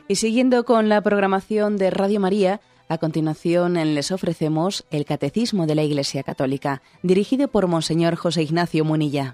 Y siguiendo con la programación de Radio María, a continuación les ofrecemos el Catecismo de la Iglesia Católica, dirigido por Monseñor José Ignacio Munilla.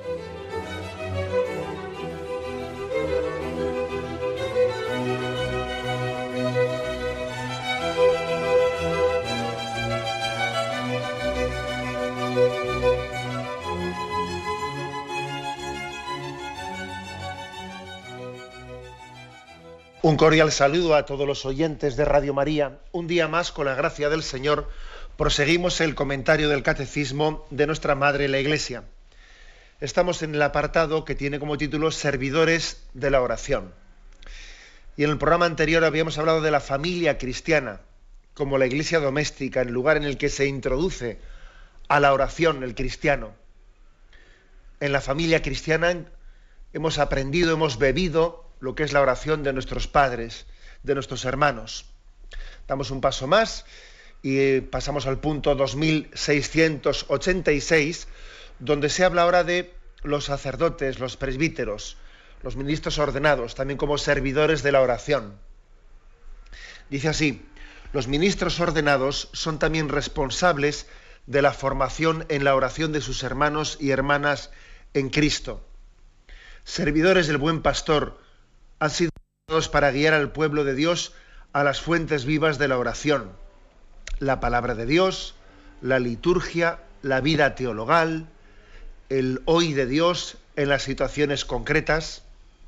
Un cordial saludo a todos los oyentes de Radio María. Un día más, con la gracia del Señor, proseguimos el comentario del Catecismo de nuestra Madre la Iglesia. Estamos en el apartado que tiene como título Servidores de la oración. Y en el programa anterior habíamos hablado de la familia cristiana como la iglesia doméstica, el lugar en el que se introduce a la oración el cristiano. En la familia cristiana hemos aprendido, hemos bebido lo que es la oración de nuestros padres, de nuestros hermanos. Damos un paso más y pasamos al punto 2686, donde se habla ahora de los sacerdotes, los presbíteros, los ministros ordenados, también como servidores de la oración. Dice así: los ministros ordenados son también responsables de la formación en la oración de sus hermanos y hermanas en Cristo. Servidores del buen pastor, han sido dados para guiar al pueblo de Dios a las fuentes vivas de la oración, la palabra de Dios, la liturgia, la vida teologal, el hoy de Dios en las situaciones concretas.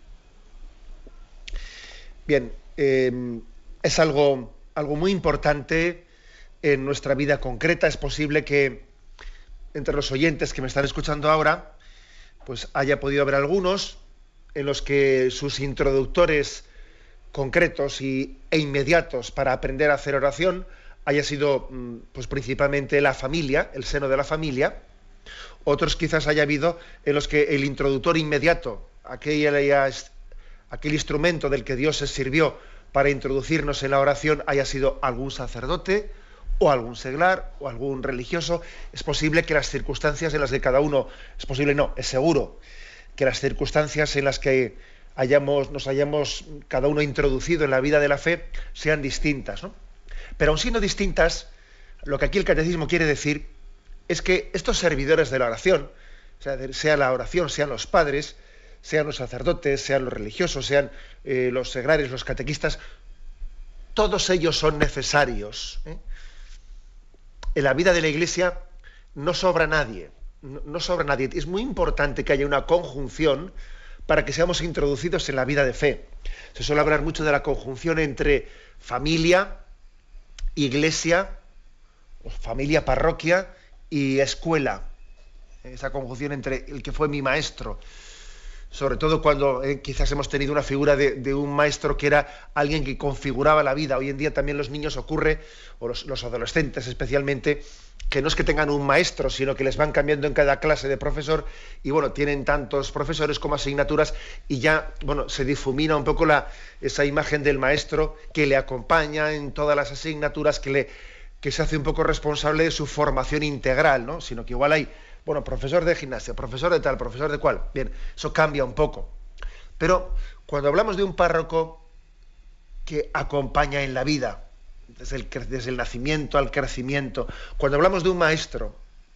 Bien, es algo muy importante en nuestra vida concreta. Es posible que entre los oyentes que me están escuchando ahora, pues haya podido haber algunos en los que sus introductores concretos e inmediatos para aprender a hacer oración haya sido pues principalmente la familia, el seno de la familia. Otros quizás haya habido en los que el introductor inmediato, aquel instrumento del que Dios se sirvió para introducirnos en la oración, haya sido algún sacerdote o algún seglar o algún religioso. Es posible que las circunstancias en las que cada uno, es posible no, es seguro, que las circunstancias en las que nos hayamos cada uno introducido en la vida de la fe sean distintas, ¿no? Pero aun siendo distintas, lo que aquí el Catecismo quiere decir es que estos servidores de la oración, sea la oración, sean los padres, sean los sacerdotes, sean los religiosos, sean los seglares, los catequistas, todos ellos son necesarios, ¿eh? En la vida de la Iglesia no sobra nadie. No sobra nadie. Es muy importante que haya una conjunción para que seamos introducidos en la vida de fe. Se suele hablar mucho de la conjunción entre familia, iglesia, familia, parroquia y escuela. Esa conjunción entre el que fue mi maestro. Sobre todo cuando quizás hemos tenido una figura de un maestro que era alguien que configuraba la vida. Hoy en día también los niños ocurre, o los adolescentes especialmente, que no es que tengan un maestro, sino que les van cambiando en cada clase de profesor y bueno, tienen tantos profesores como asignaturas y ya, bueno, se difumina un poco esa imagen del maestro que le acompaña en todas las asignaturas, que se hace un poco responsable de su formación integral, ¿no? Sino que igual hay, bueno, profesor de gimnasia, profesor de tal, profesor de cual. Bien, eso cambia un poco. Pero cuando hablamos de un párroco que acompaña en la vida, desde el nacimiento al crecimiento, cuando hablamos de un maestro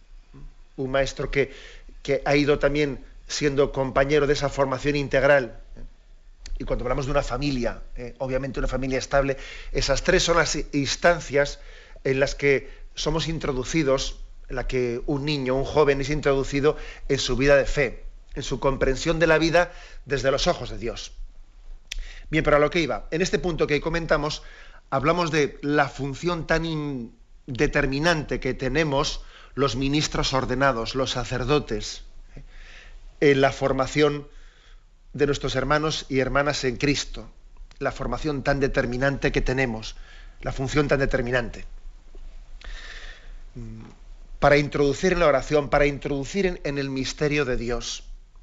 que ha ido también siendo compañero de esa formación integral, y cuando hablamos de una familia, obviamente una familia estable, esas tres son las instancias en las que somos introducidos, en la que un niño, un joven es introducido en su vida de fe, en su comprensión de la vida desde los ojos de Dios. Bien, pero a lo que iba, en este punto que comentamos, hablamos de la función tan determinante que tenemos los ministros ordenados, los sacerdotes, en la formación de nuestros hermanos y hermanas en Cristo, la formación tan determinante que tenemos, la función tan determinante. Para introducir en la oración, para introducir en el misterio de Dios.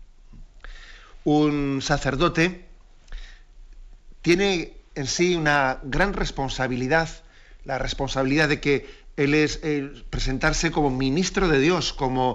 Un sacerdote tiene en sí una gran responsabilidad, la responsabilidad de que él es presentarse como ministro de Dios, como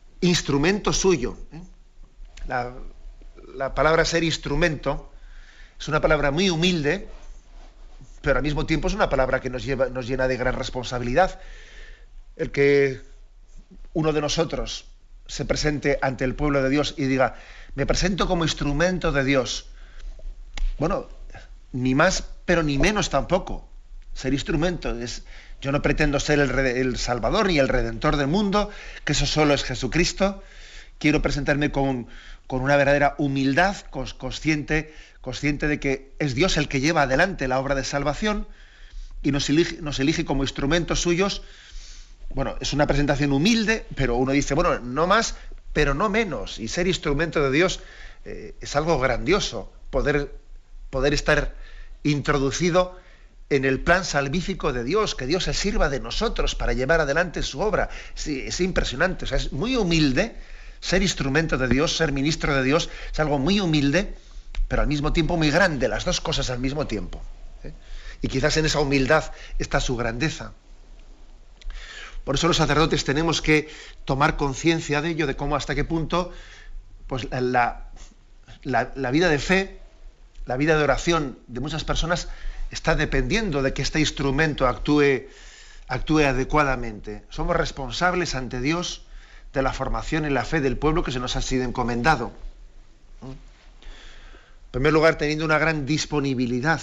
instrumento suyo. La palabra ser instrumento Es una palabra muy humilde, pero al mismo tiempo es una palabra que nos llena de gran responsabilidad. El que uno de nosotros se presente ante el pueblo de Dios y diga, me presento como instrumento de Dios. Bueno, ni más, pero ni menos tampoco. Ser instrumento yo no pretendo ser el Salvador ni el Redentor del mundo, que eso solo es Jesucristo. Quiero presentarme con una verdadera humildad, consciente de que es Dios el que lleva adelante la obra de salvación y nos elige como instrumentos suyos. Bueno, es una presentación humilde, pero uno dice, bueno, no más, pero no menos. Y ser instrumento de Dios es algo grandioso, poder estar introducido en el plan salvífico de Dios, que Dios se sirva de nosotros para llevar adelante su obra. Sí, es impresionante, o sea, es muy humilde ser instrumento de Dios, ser ministro de Dios, es algo muy humilde, pero al mismo tiempo muy grande, las dos cosas al mismo tiempo. Y quizás en esa humildad está su grandeza. Por eso los sacerdotes tenemos que tomar conciencia de ello, de cómo hasta qué punto pues, la vida de fe, la vida de oración de muchas personas está dependiendo de que este instrumento actúe adecuadamente. Somos responsables ante Dios de la formación y la fe del pueblo que se nos ha sido encomendado. En primer lugar, teniendo una gran disponibilidad,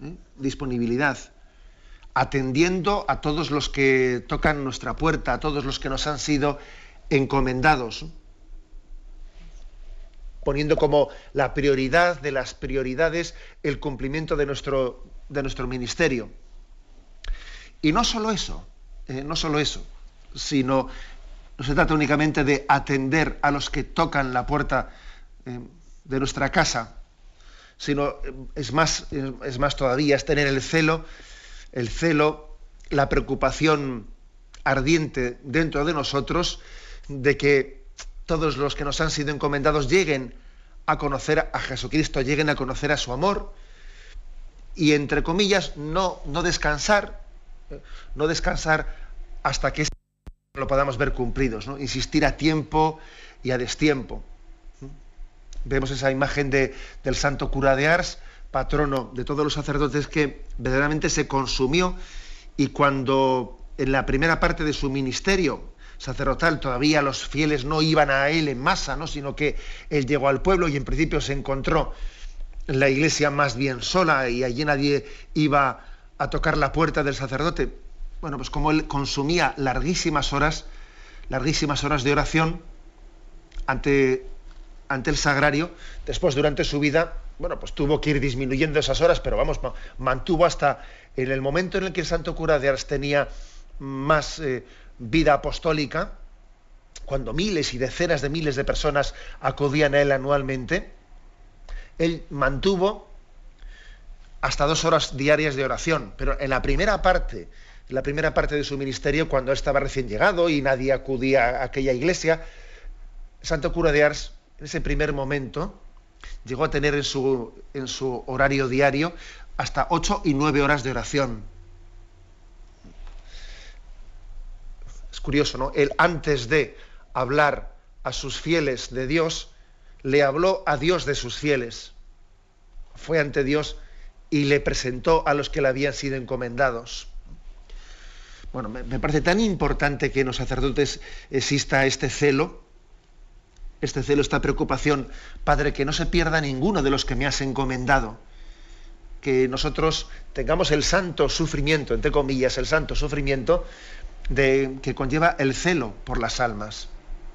atendiendo a todos los que tocan nuestra puerta, a todos los que nos han sido encomendados, poniendo como la prioridad de las prioridades el cumplimiento de nuestro ministerio. Y no solo eso, sino no se trata únicamente de atender a los que tocan la puerta de nuestra casa, sino es más todavía, es tener el celo, la preocupación ardiente dentro de nosotros de que todos los que nos han sido encomendados lleguen a conocer a Jesucristo, lleguen a conocer a su amor y, entre comillas, no descansar hasta que lo podamos ver cumplidos, ¿no? Insistir a tiempo y a destiempo. Vemos esa imagen del santo cura de Ars, patrono de todos los sacerdotes, que verdaderamente se consumió, y cuando en la primera parte de su ministerio sacerdotal todavía los fieles no iban a él en masa, ¿no? Sino que él llegó al pueblo y en principio se encontró la iglesia más bien sola y allí nadie iba a tocar la puerta del sacerdote. Bueno, pues como él consumía larguísimas horas de oración ante el sagrario, después durante su vida, bueno, pues tuvo que ir disminuyendo esas horas, pero vamos, mantuvo hasta en el momento en el que el santo cura de Ars tenía más vida apostólica, cuando miles y decenas de miles de personas acudían a él anualmente, él mantuvo hasta 2 horas diarias de oración, pero en la primera parte de su ministerio, cuando él estaba recién llegado y nadie acudía a aquella iglesia, el santo cura de Ars, en ese primer momento, llegó a tener en su horario diario hasta 8 y 9 horas de oración. Es curioso, ¿no? Él, antes de hablar a sus fieles de Dios, le habló a Dios de sus fieles. Fue ante Dios y le presentó a los que le habían sido encomendados. Bueno, me parece tan importante que en los sacerdotes exista este celo, esta preocupación. Padre, que no se pierda ninguno de los que me has encomendado. Que nosotros tengamos el santo sufrimiento, entre comillas, el santo sufrimiento que conlleva el celo por las almas.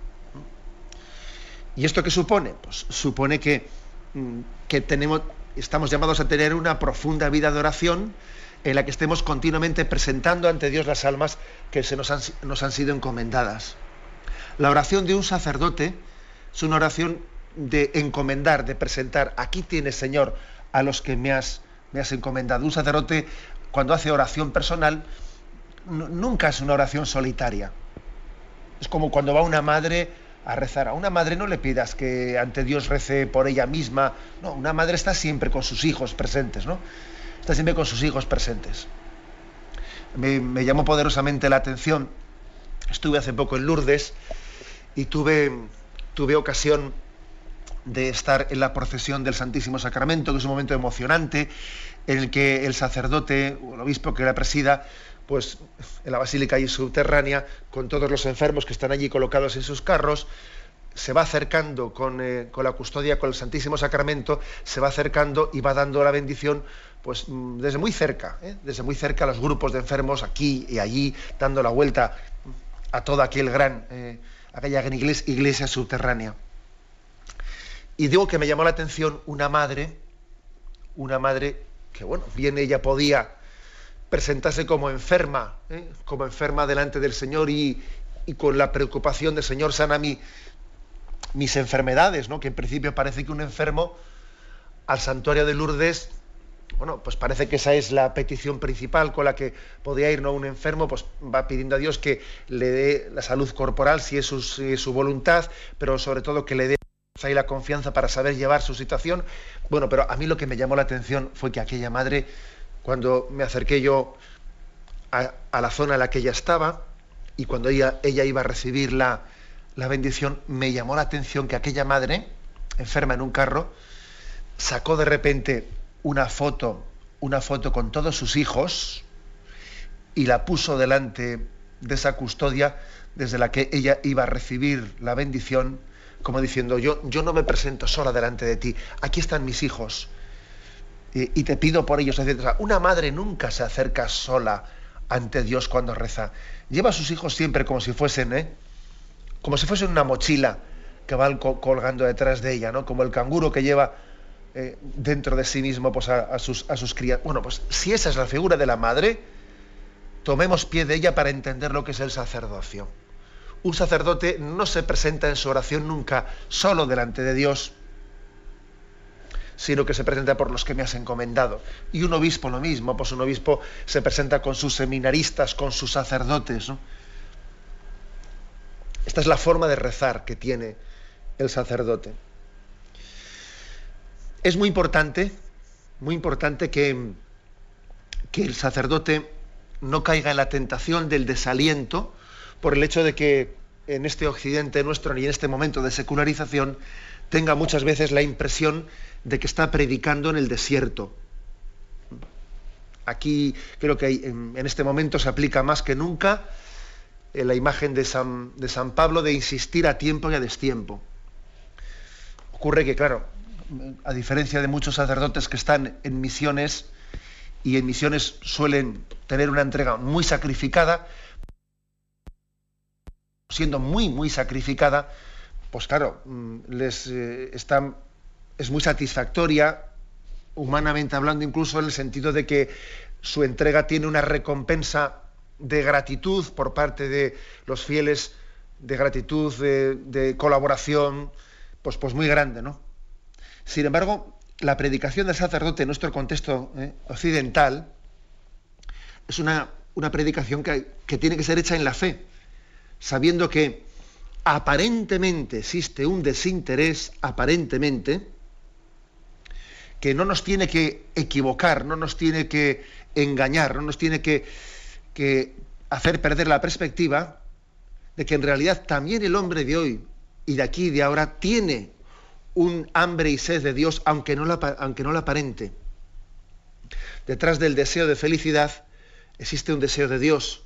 ¿Y esto qué supone? Pues supone que estamos llamados a tener una profunda vida de oración en la que estemos continuamente presentando ante Dios las almas que nos han sido encomendadas. La oración de un sacerdote es una oración de encomendar, de presentar. Aquí tienes, Señor, a los que me has encomendado. Un sacerdote, cuando hace oración personal, nunca es una oración solitaria. Es como cuando va una madre a rezar. A una madre no le pidas que ante Dios rece por ella misma. No, una madre está siempre con sus hijos presentes, ¿no? Está siempre con sus hijos presentes. Me llamó poderosamente la atención. Estuve hace poco en Lourdes y tuve ocasión de estar en la procesión del Santísimo Sacramento, que es un momento emocionante, en el que el sacerdote o el obispo que la presida, pues en la basílica y subterránea, con todos los enfermos que están allí colocados en sus carros, se va acercando con la custodia, con el Santísimo Sacramento, se va acercando y va dando la bendición, pues desde muy cerca a los grupos de enfermos aquí y allí, dando la vuelta a toda aquella gran iglesia subterránea. Y digo que me llamó la atención una madre que, bueno, bien ella podía presentarse como enferma delante del Señor y con la preocupación de: Señor, sana mis enfermedades, ¿no? Que en principio parece que un enfermo al santuario de Lourdes, bueno, pues parece que esa es la petición principal con la que podía ir, ¿no? Un enfermo pues va pidiendo a Dios que le dé la salud corporal, si es su voluntad, pero sobre todo que le dé y la confianza para saber llevar su situación. Bueno, pero a mí lo que me llamó la atención fue que aquella madre, cuando me acerqué yo a la zona en la que ella estaba, y cuando ella iba a recibir la bendición, me llamó la atención que aquella madre, enferma en un carro, sacó de repente una foto con todos sus hijos y la puso delante de esa custodia desde la que ella iba a recibir la bendición, como diciendo: yo no me presento sola delante de ti, aquí están mis hijos y te pido por ellos, etc. O sea, una madre nunca se acerca sola ante Dios cuando reza, lleva a sus hijos siempre como si fuesen una mochila que van colgando detrás de ella, ¿no? Como el canguro que lleva dentro de sí mismo, pues, a sus crías. Bueno, pues si esa es la figura de la madre, tomemos pie de ella para entender lo que es el sacerdocio. Un sacerdote no se presenta en su oración nunca solo delante de Dios, sino que se presenta por los que me has encomendado. Y un obispo lo mismo, pues un obispo se presenta con sus seminaristas, con sus sacerdotes, ¿no? Esta es la forma de rezar que tiene el sacerdote. Es muy importante que el sacerdote no caiga en la tentación del desaliento por el hecho de que en este occidente nuestro y en este momento de secularización tenga muchas veces la impresión de que está predicando en el desierto. Aquí creo que en este momento se aplica más que nunca la imagen de San Pablo de insistir a tiempo y a destiempo. Ocurre que, claro, a diferencia de muchos sacerdotes que están en misiones, y en misiones suelen tener una entrega muy sacrificada, siendo muy, muy sacrificada, pues claro, es muy satisfactoria, humanamente hablando, incluso en el sentido de que su entrega tiene una recompensa de gratitud por parte de los fieles, de gratitud, de colaboración, pues muy grande, ¿no? Sin embargo, la predicación del sacerdote en nuestro contexto occidental es una predicación que tiene que ser hecha en la fe, sabiendo que aparentemente existe un desinterés, aparentemente, que no nos tiene que equivocar, no nos tiene que engañar, no nos tiene que hacer perder la perspectiva de que en realidad también el hombre de hoy y de aquí y de ahora tiene un hambre y sed de Dios, aunque no la aparente. Detrás del deseo de felicidad existe un deseo de Dios,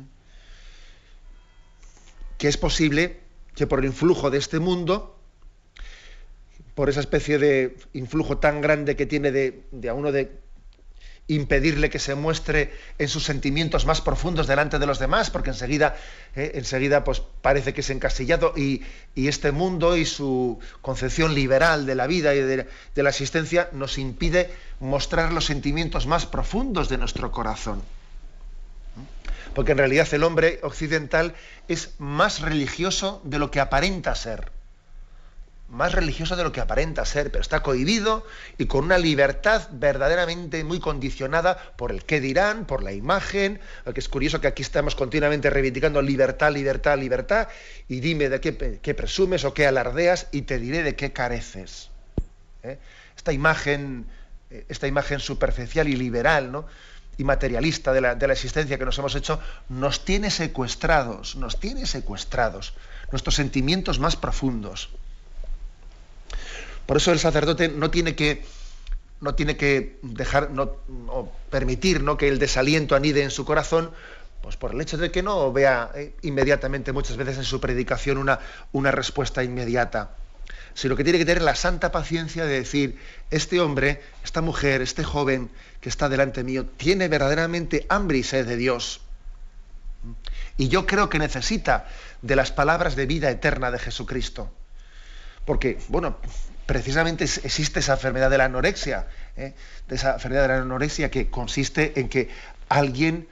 que es posible que por el influjo de este mundo, por esa especie de influjo tan grande que tiene de a uno de impedirle que se muestre en sus sentimientos más profundos delante de los demás, porque enseguida pues parece que es encasillado, y este mundo y su concepción liberal de la vida y de la existencia nos impide mostrar los sentimientos más profundos de nuestro corazón. Porque en realidad el hombre occidental es más religioso de lo que aparenta ser. Más religioso de lo que aparenta ser, pero está cohibido y con una libertad verdaderamente muy condicionada por el qué dirán, por la imagen. Porque es curioso que aquí estamos continuamente reivindicando libertad, libertad, libertad, y dime de qué presumes o qué alardeas y te diré de qué careces. Esta imagen superficial y liberal, ¿no?, y materialista de la existencia que nos hemos hecho, nos tiene secuestrados nuestros sentimientos más profundos. Por eso el sacerdote no tiene que dejar o permitir, ¿no?, que el desaliento anide en su corazón, pues por el hecho de que no vea inmediatamente, muchas veces en su predicación, una respuesta inmediata, sino que tiene que tener la santa paciencia de decir: este hombre, esta mujer, este joven que está delante mío tiene verdaderamente hambre y sed de Dios, y yo creo que necesita de las palabras de vida eterna de Jesucristo, porque, bueno, precisamente existe esa enfermedad de la anorexia, de esa enfermedad de la anorexia que consiste en que alguien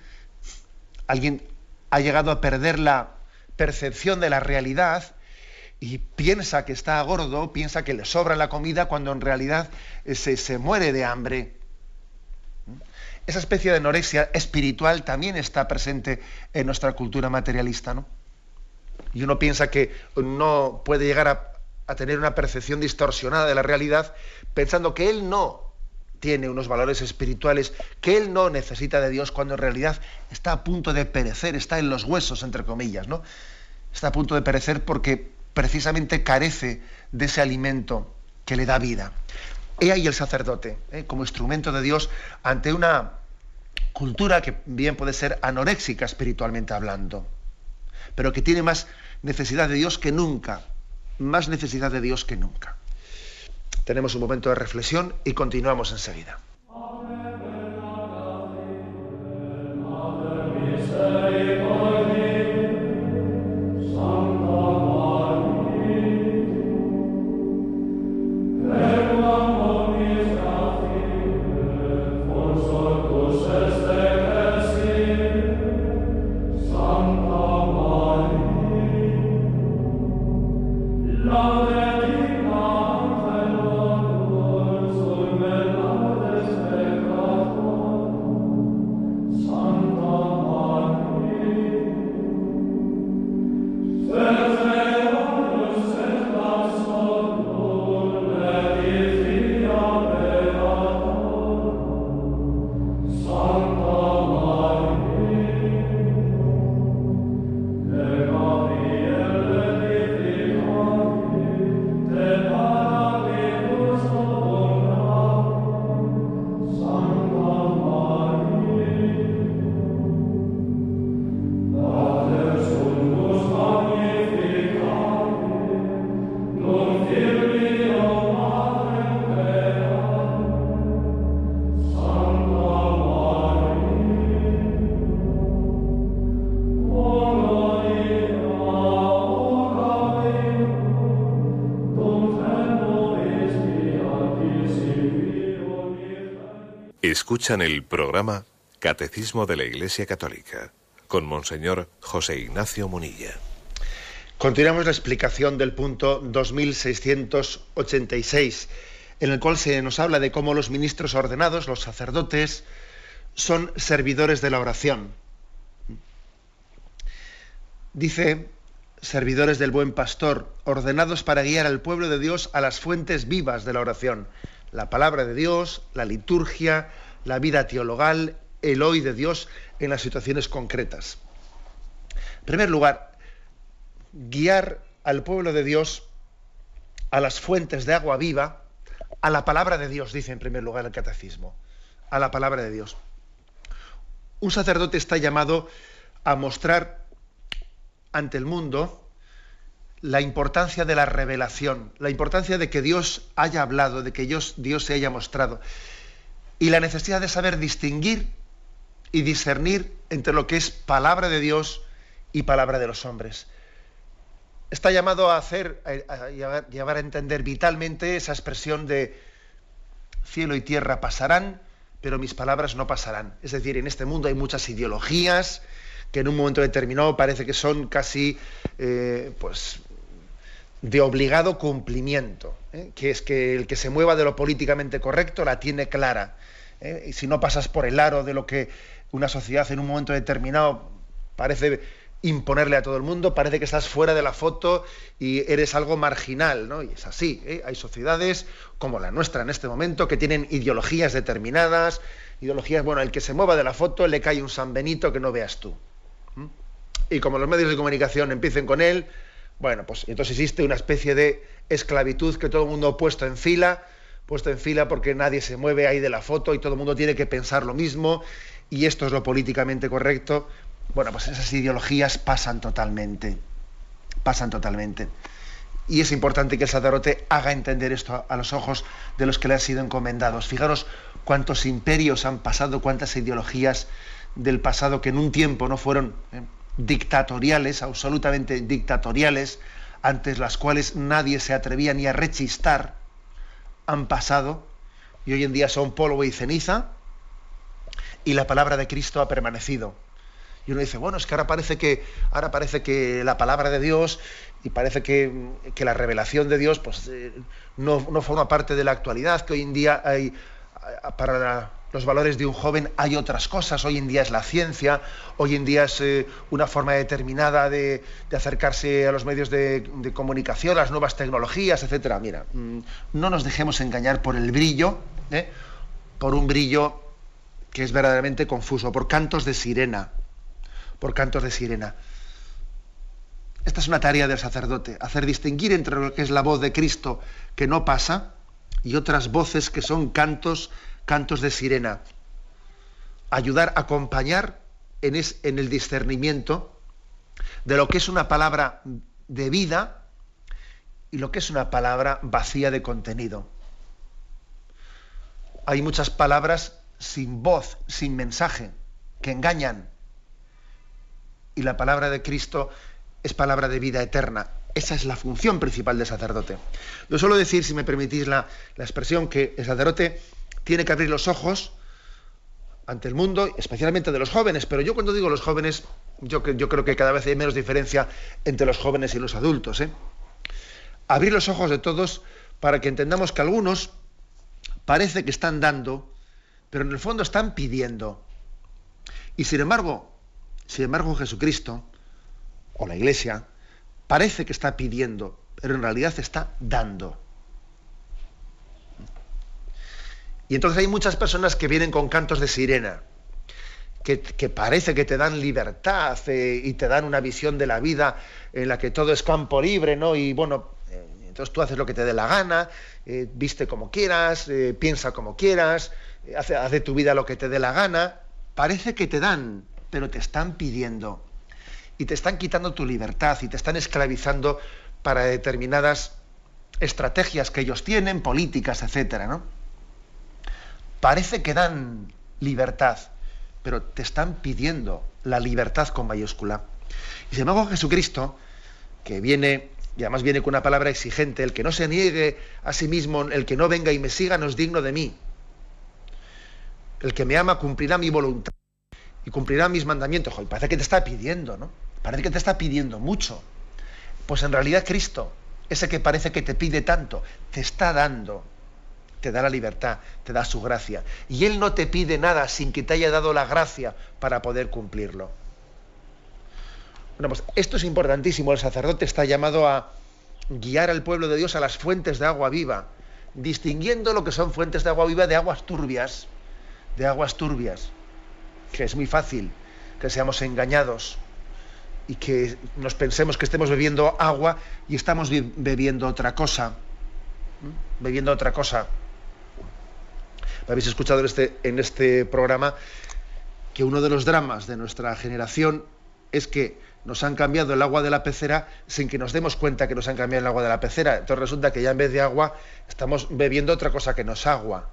ha llegado a perder la percepción de la realidad y piensa que está gordo, piensa que le sobra la comida, cuando en realidad se muere de hambre. Esa especie de anorexia espiritual también está presente en nuestra cultura materialista, ¿no? Y uno piensa que no puede llegar a tener una percepción distorsionada de la realidad, pensando que él no tiene unos valores espirituales, que él no necesita de Dios, cuando en realidad está a punto de perecer, está en los huesos, entre comillas, ¿no? Está a punto de perecer porque precisamente carece de ese alimento que le da vida. He ahí el sacerdote, como instrumento de Dios ante una cultura que bien puede ser anoréxica espiritualmente hablando, pero que tiene más necesidad de Dios que nunca, más necesidad de Dios que nunca. Tenemos un momento de reflexión y continuamos enseguida. Escuchan el programa Catecismo de la Iglesia Católica con Monseñor José Ignacio Munilla. Continuamos la explicación del punto 2686, en el cual se nos habla de cómo los ministros ordenados, los sacerdotes, son servidores de la oración. Dice: servidores del buen pastor, ordenados para guiar al pueblo de Dios a las fuentes vivas de la oración. La palabra de Dios, la liturgia, la vida teologal, el hoy de Dios en las situaciones concretas. En primer lugar, guiar al pueblo de Dios a las fuentes de agua viva, a la palabra de Dios, dice en primer lugar el catecismo, a la palabra de Dios. Un sacerdote está llamado a mostrar ante el mundo la importancia de la revelación, la importancia de que Dios haya hablado, de que Dios se haya mostrado, y la necesidad de saber distinguir y discernir entre lo que es palabra de Dios y palabra de los hombres. Está llamado a llevar a entender vitalmente esa expresión de cielo y tierra pasarán, pero mis palabras no pasarán. Es decir, en este mundo hay muchas ideologías que en un momento determinado parece que son casi de obligado cumplimiento, que es que el que se mueva de lo políticamente correcto la tiene clara, y si no pasas por el aro de lo que una sociedad en un momento determinado parece imponerle a todo el mundo, parece que estás fuera de la foto y eres algo marginal, ¿no? Y es así, hay sociedades como la nuestra en este momento que tienen ideologías determinadas, bueno, el que se mueva de la foto le cae un San Benito que no veas tú. Y como los medios de comunicación empiecen con él, bueno, pues entonces existe una especie de esclavitud, que todo el mundo puesto en fila porque nadie se mueve ahí de la foto y todo el mundo tiene que pensar lo mismo y esto es lo políticamente correcto. Bueno, pues esas ideologías pasan totalmente. Y es importante que el sacerdote haga entender esto a los ojos de los que le han sido encomendados. Fijaros cuántos imperios han pasado, cuántas ideologías del pasado que en un tiempo no fueron dictatoriales, absolutamente dictatoriales, ante las cuales nadie se atrevía ni a rechistar, han pasado y hoy en día son polvo y ceniza, y la palabra de Cristo ha permanecido. Y uno dice, bueno, es que ahora parece que la palabra de Dios y parece que la revelación de Dios pues no forma parte de la actualidad, que hoy en día hay, para los valores de un joven hay otras cosas. Hoy en día es la ciencia, hoy en día es una forma determinada de acercarse a los medios de comunicación, las nuevas tecnologías, etcétera. Mira, no nos dejemos engañar por el brillo, por un brillo que es verdaderamente confuso, por cantos de sirena. Esta es una tarea del sacerdote, hacer distinguir entre lo que es la voz de Cristo que no pasa y otras voces que son cantos de sirena. Ayudar a acompañar en el discernimiento de lo que es una palabra de vida y lo que es una palabra vacía de contenido. Hay muchas palabras sin voz, sin mensaje, que engañan. Y la palabra de Cristo es palabra de vida eterna. Esa es la función principal del sacerdote. Yo suelo decir, si me permitís la expresión, que el sacerdote tiene que abrir los ojos ante el mundo, especialmente de los jóvenes, pero yo cuando digo los jóvenes, yo creo que cada vez hay menos diferencia entre los jóvenes y los adultos. Abrir los ojos de todos para que entendamos que algunos parece que están dando, pero en el fondo están pidiendo. Y sin embargo, Jesucristo, o la Iglesia, parece que está pidiendo, pero en realidad está dando. Y entonces hay muchas personas que vienen con cantos de sirena, que parece que te dan libertad y te dan una visión de la vida en la que todo es campo libre, ¿no? Y bueno, entonces tú haces lo que te dé la gana, viste como quieras, piensa como quieras, haz de tu vida lo que te dé la gana. Parece que te dan, pero te están pidiendo. Y te están quitando tu libertad y te están esclavizando para determinadas estrategias que ellos tienen, políticas, etcétera, ¿no? Parece que dan libertad, pero te están pidiendo la libertad con mayúscula. Y sin embargo Jesucristo, que viene, y además viene con una palabra exigente, el que no se niegue a sí mismo, el que no venga y me siga no es digno de mí. El que me ama cumplirá mi voluntad y cumplirá mis mandamientos. Joder, parece que te está pidiendo, ¿no? Parece que te está pidiendo mucho. Pues en realidad Cristo, ese que parece que te pide tanto, te está dando, te da la libertad, te da su gracia. Y Él no te pide nada sin que te haya dado la gracia para poder cumplirlo. Bueno, pues esto es importantísimo. El sacerdote está llamado a guiar al pueblo de Dios a las fuentes de agua viva, distinguiendo lo que son fuentes de agua viva de aguas turbias, que es muy fácil que seamos engañados y que nos pensemos que estemos bebiendo agua y estamos bebiendo otra cosa. Habéis escuchado en este programa que uno de los dramas de nuestra generación es que nos han cambiado el agua de la pecera sin que nos demos cuenta que nos han cambiado el agua de la pecera. Entonces resulta que ya en vez de agua estamos bebiendo otra cosa que no es agua.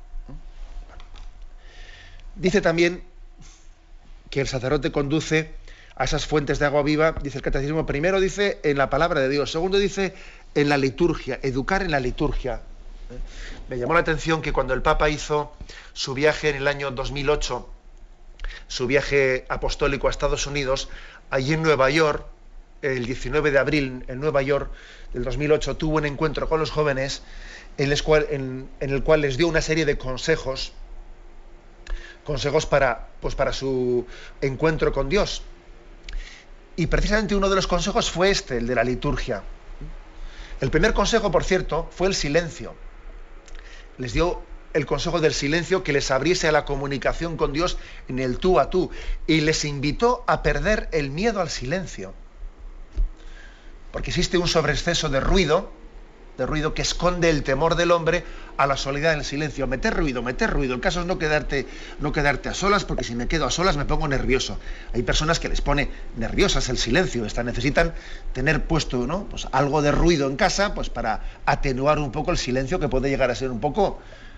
Dice también que el sacerdote conduce a esas fuentes de agua viva, dice el catecismo, primero dice en la palabra de Dios, segundo dice en la liturgia, educar en la liturgia. Me llamó la atención que cuando el Papa hizo su viaje en el año 2008, su viaje apostólico a Estados Unidos, allí en Nueva York, el 19 de abril en Nueva York del 2008, tuvo un encuentro con los jóvenes en el cual les dio una serie de consejos para su encuentro con Dios. Y precisamente uno de los consejos fue el de la liturgia. El primer consejo, por cierto, fue el silencio. Les dio el consejo del silencio, que les abriese a la comunicación con Dios en el tú a tú, y les invitó a perder el miedo al silencio. Porque existe un sobreexceso de ruido que esconde el temor del hombre a la soledad del silencio. Meter ruido. El caso es no quedarte a solas, porque si me quedo a solas me pongo nervioso. Hay personas que les pone nerviosas el silencio. necesitan tener puesto, ¿no?, pues algo de ruido en casa, pues para atenuar un poco el silencio, que puede llegar a ser un poco,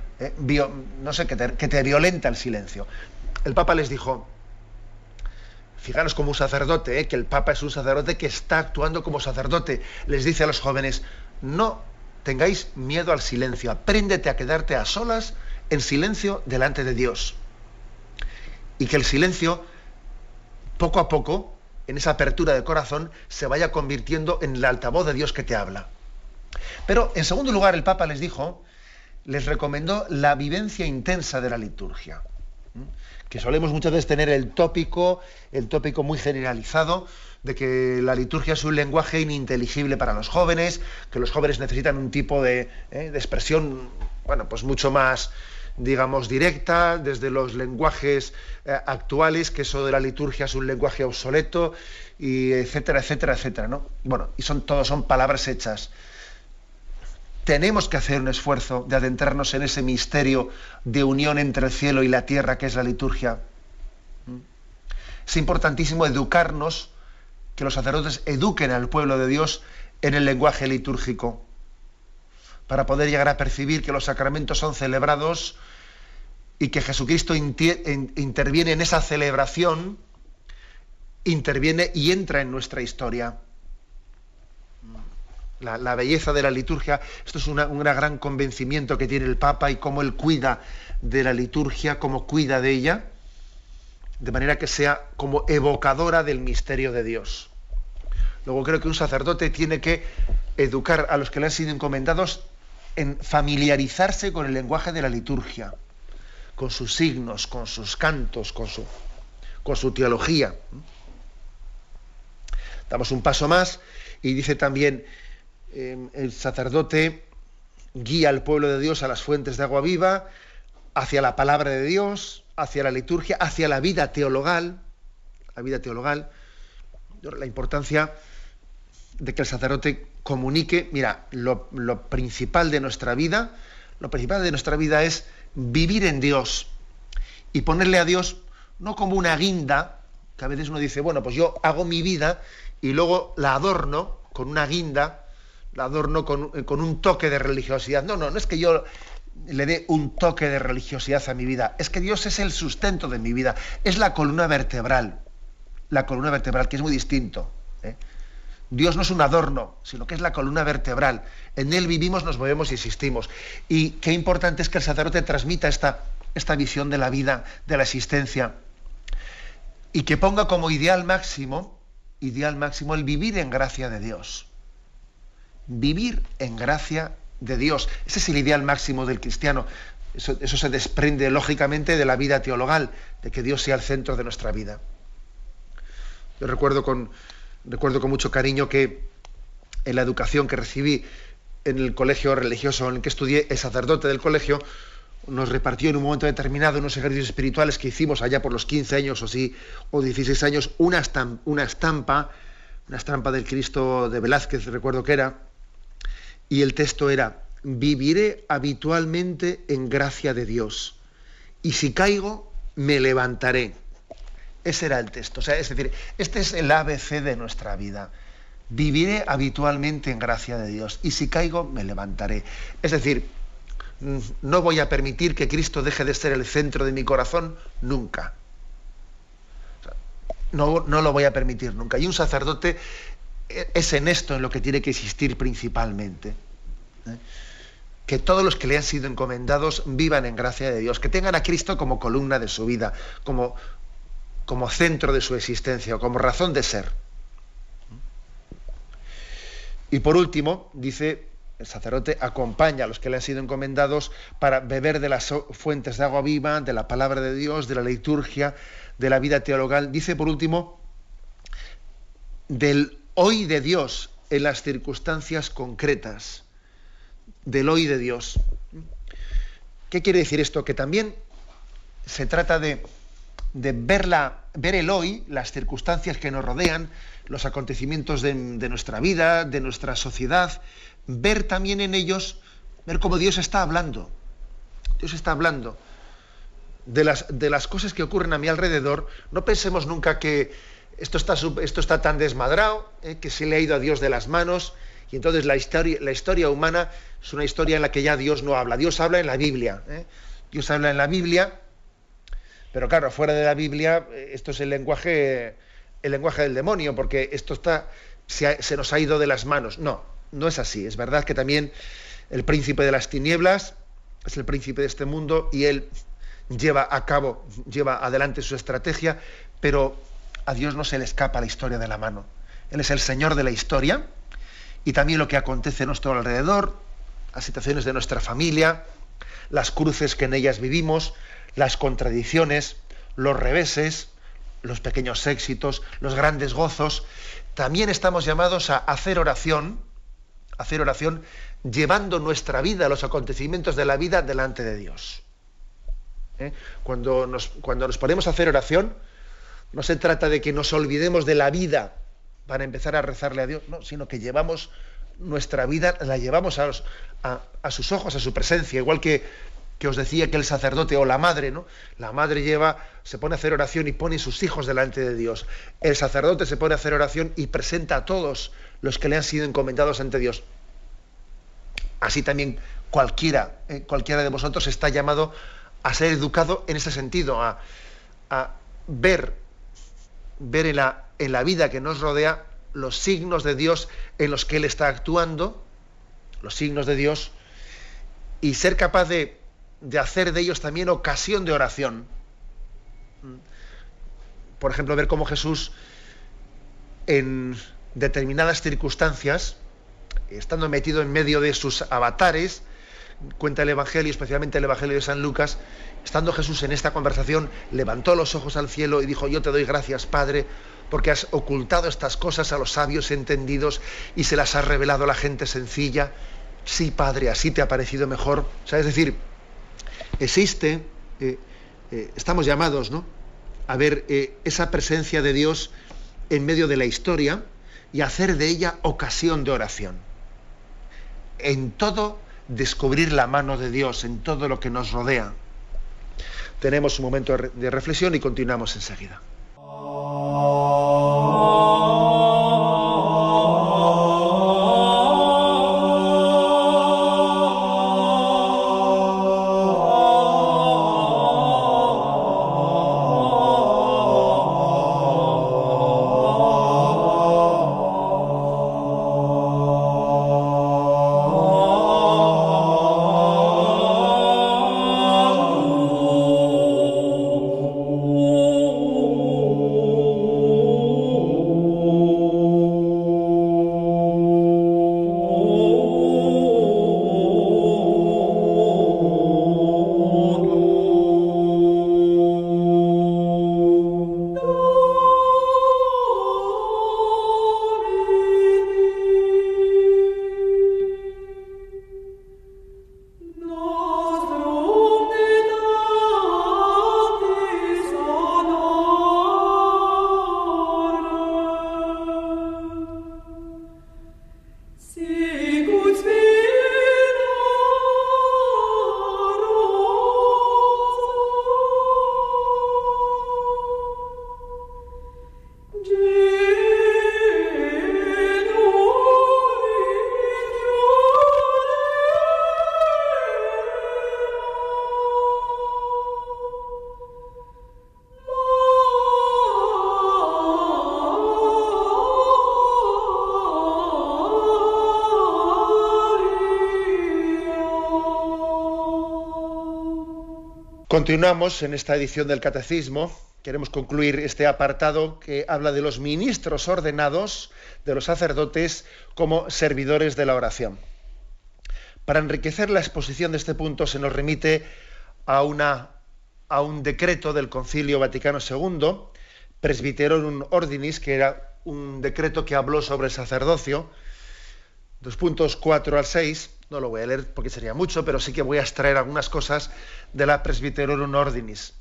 que te violenta el silencio. El Papa les dijo, fijaros como un sacerdote, que el Papa es un sacerdote que está actuando como sacerdote. Les dice a los jóvenes, no tengáis miedo al silencio, apréndete a quedarte a solas en silencio delante de Dios. Y que el silencio, poco a poco, en esa apertura de corazón, se vaya convirtiendo en el altavoz de Dios que te habla. Pero, en segundo lugar, el Papa les recomendó la vivencia intensa de la liturgia. Que solemos muchas veces tener el tópico muy generalizado de que la liturgia es un lenguaje ininteligible para los jóvenes, que los jóvenes necesitan un tipo de expresión, pues mucho más, digamos, directa, desde los lenguajes actuales, que eso de la liturgia es un lenguaje obsoleto, y etcétera, etcétera, etcétera, ¿no? Y todos son palabras hechas. Tenemos que hacer un esfuerzo de adentrarnos en ese misterio de unión entre el cielo y la tierra que es la liturgia. Es importantísimo educarnos, que los sacerdotes eduquen al pueblo de Dios en el lenguaje litúrgico, para poder llegar a percibir que los sacramentos son celebrados y que Jesucristo interviene en esa celebración, interviene y entra en nuestra historia. La belleza de la liturgia, esto es un gran convencimiento que tiene el Papa, y cómo él cuida de la liturgia, cómo cuida de ella, de manera que sea como evocadora del misterio de Dios. Luego creo que un sacerdote tiene que educar a los que le han sido encomendados en familiarizarse con el lenguaje de la liturgia, con sus signos, con sus cantos, con su teología. Damos un paso más y dice también, el sacerdote guía al pueblo de Dios a las fuentes de agua viva, hacia la palabra de Dios, hacia la liturgia, hacia la vida teologal. La importancia de que el sacerdote comunique, lo principal de nuestra vida es vivir en Dios y ponerle a Dios no como una guinda, que a veces uno dice, pues yo hago mi vida y luego la adorno con una guinda, la adorno con un toque de religiosidad. No es que yo le dé un toque de religiosidad a mi vida, es que Dios es el sustento de mi vida, es la columna vertebral, que es muy distinto. Dios no es un adorno, sino que es la columna vertebral. En Él vivimos, nos movemos y existimos. Y qué importante es que el sacerdote transmita esta visión de la vida, de la existencia, y que ponga como ideal máximo el vivir en gracia de Dios. Vivir en gracia de Dios. Ese es el ideal máximo del cristiano. Eso se desprende lógicamente de la vida teologal, de que Dios sea el centro de nuestra vida. Yo recuerdo con mucho cariño que en la educación que recibí en el colegio religioso en el que estudié, el sacerdote del colegio nos repartió en un momento determinado unos ejercicios espirituales que hicimos allá por los 15 años o 16 años, una estampa del Cristo de Velázquez, recuerdo que era, y el texto era: viviré habitualmente en gracia de Dios, y si caigo, me levantaré. Ese era el texto. Es decir, este es el ABC de nuestra vida. Viviré habitualmente en gracia de Dios, y si caigo, me levantaré. Es decir, no voy a permitir que Cristo deje de ser el centro de mi corazón nunca. No lo voy a permitir nunca. Y un sacerdote es en esto en lo que tiene que existir principalmente. Que todos los que le han sido encomendados vivan en gracia de Dios, que tengan a Cristo como columna de su vida, como centro de su existencia, o como razón de ser. Y por último, dice, el sacerdote acompaña a los que le han sido encomendados para beber de las fuentes de agua viva, de la palabra de Dios, de la liturgia, de la vida teologal. Dice por último, del hoy de Dios en las circunstancias concretas. Del hoy de Dios. ¿Qué quiere decir esto? Que también se trata de ver el hoy, las circunstancias que nos rodean, los acontecimientos de nuestra vida, de nuestra sociedad, ver también en ellos, ver cómo Dios está hablando. Dios está hablando de las cosas que ocurren a mi alrededor. No pensemos nunca que esto está tan desmadrado, que se le ha ido a Dios de las manos, y entonces la historia humana es una historia en la que ya Dios no habla. Dios habla en la Biblia. Dios habla en la Biblia, pero claro, fuera de la Biblia, esto es el lenguaje del demonio, porque esto se nos ha ido de las manos. No, no es así. Es verdad que también el príncipe de las tinieblas es el príncipe de este mundo y él lleva adelante su estrategia, pero a Dios no se le escapa la historia de la mano. Él es el Señor de la historia, y también lo que acontece a nuestro alrededor, las situaciones de nuestra familia, las cruces que en ellas vivimos, las contradicciones, los reveses, los pequeños éxitos, los grandes gozos. También estamos llamados a hacer oración, llevando nuestra vida, los acontecimientos de la vida delante de Dios. Cuando nos ponemos a hacer oración, no se trata de que nos olvidemos de la vida para empezar a rezarle a Dios, no, sino que llevamos nuestra vida, la llevamos a sus ojos, a su presencia, igual que os decía que el sacerdote o la madre, ¿no? La madre se pone a hacer oración y pone sus hijos delante de Dios. El sacerdote se pone a hacer oración y presenta a todos los que le han sido encomendados ante Dios. Así también cualquiera de vosotros está llamado a ser educado en ese sentido, a ver en la vida que nos rodea los signos de Dios en los que Él está actuando, los signos de Dios, y ser capaz de hacer de ellos también ocasión de oración. Por ejemplo, ver cómo Jesús en determinadas circunstancias, estando metido en medio de sus avatares, cuenta el Evangelio, especialmente el Evangelio de San Lucas, estando Jesús en esta conversación, levantó los ojos al cielo y dijo: yo te doy gracias, Padre, porque has ocultado estas cosas a los sabios entendidos y se las has revelado a la gente sencilla. Sí, Padre, así te ha parecido mejor. O sea, es decir, estamos llamados, ¿no?, a ver esa presencia de Dios en medio de la historia y hacer de ella ocasión de oración. En todo descubrir la mano de Dios, en todo lo que nos rodea. Tenemos un momento de reflexión y continuamos enseguida. Continuamos en esta edición del Catecismo. Queremos concluir este apartado que habla de los ministros ordenados, de los sacerdotes como servidores de la oración. Para enriquecer la exposición de este punto se nos remite a un decreto del Concilio Vaticano II, Presbyterorum Ordinis, que era un decreto que habló sobre el sacerdocio, los puntos 4 al 6, no lo voy a leer porque sería mucho, pero sí que voy a extraer algunas cosas de la Presbyterorum Ordinis.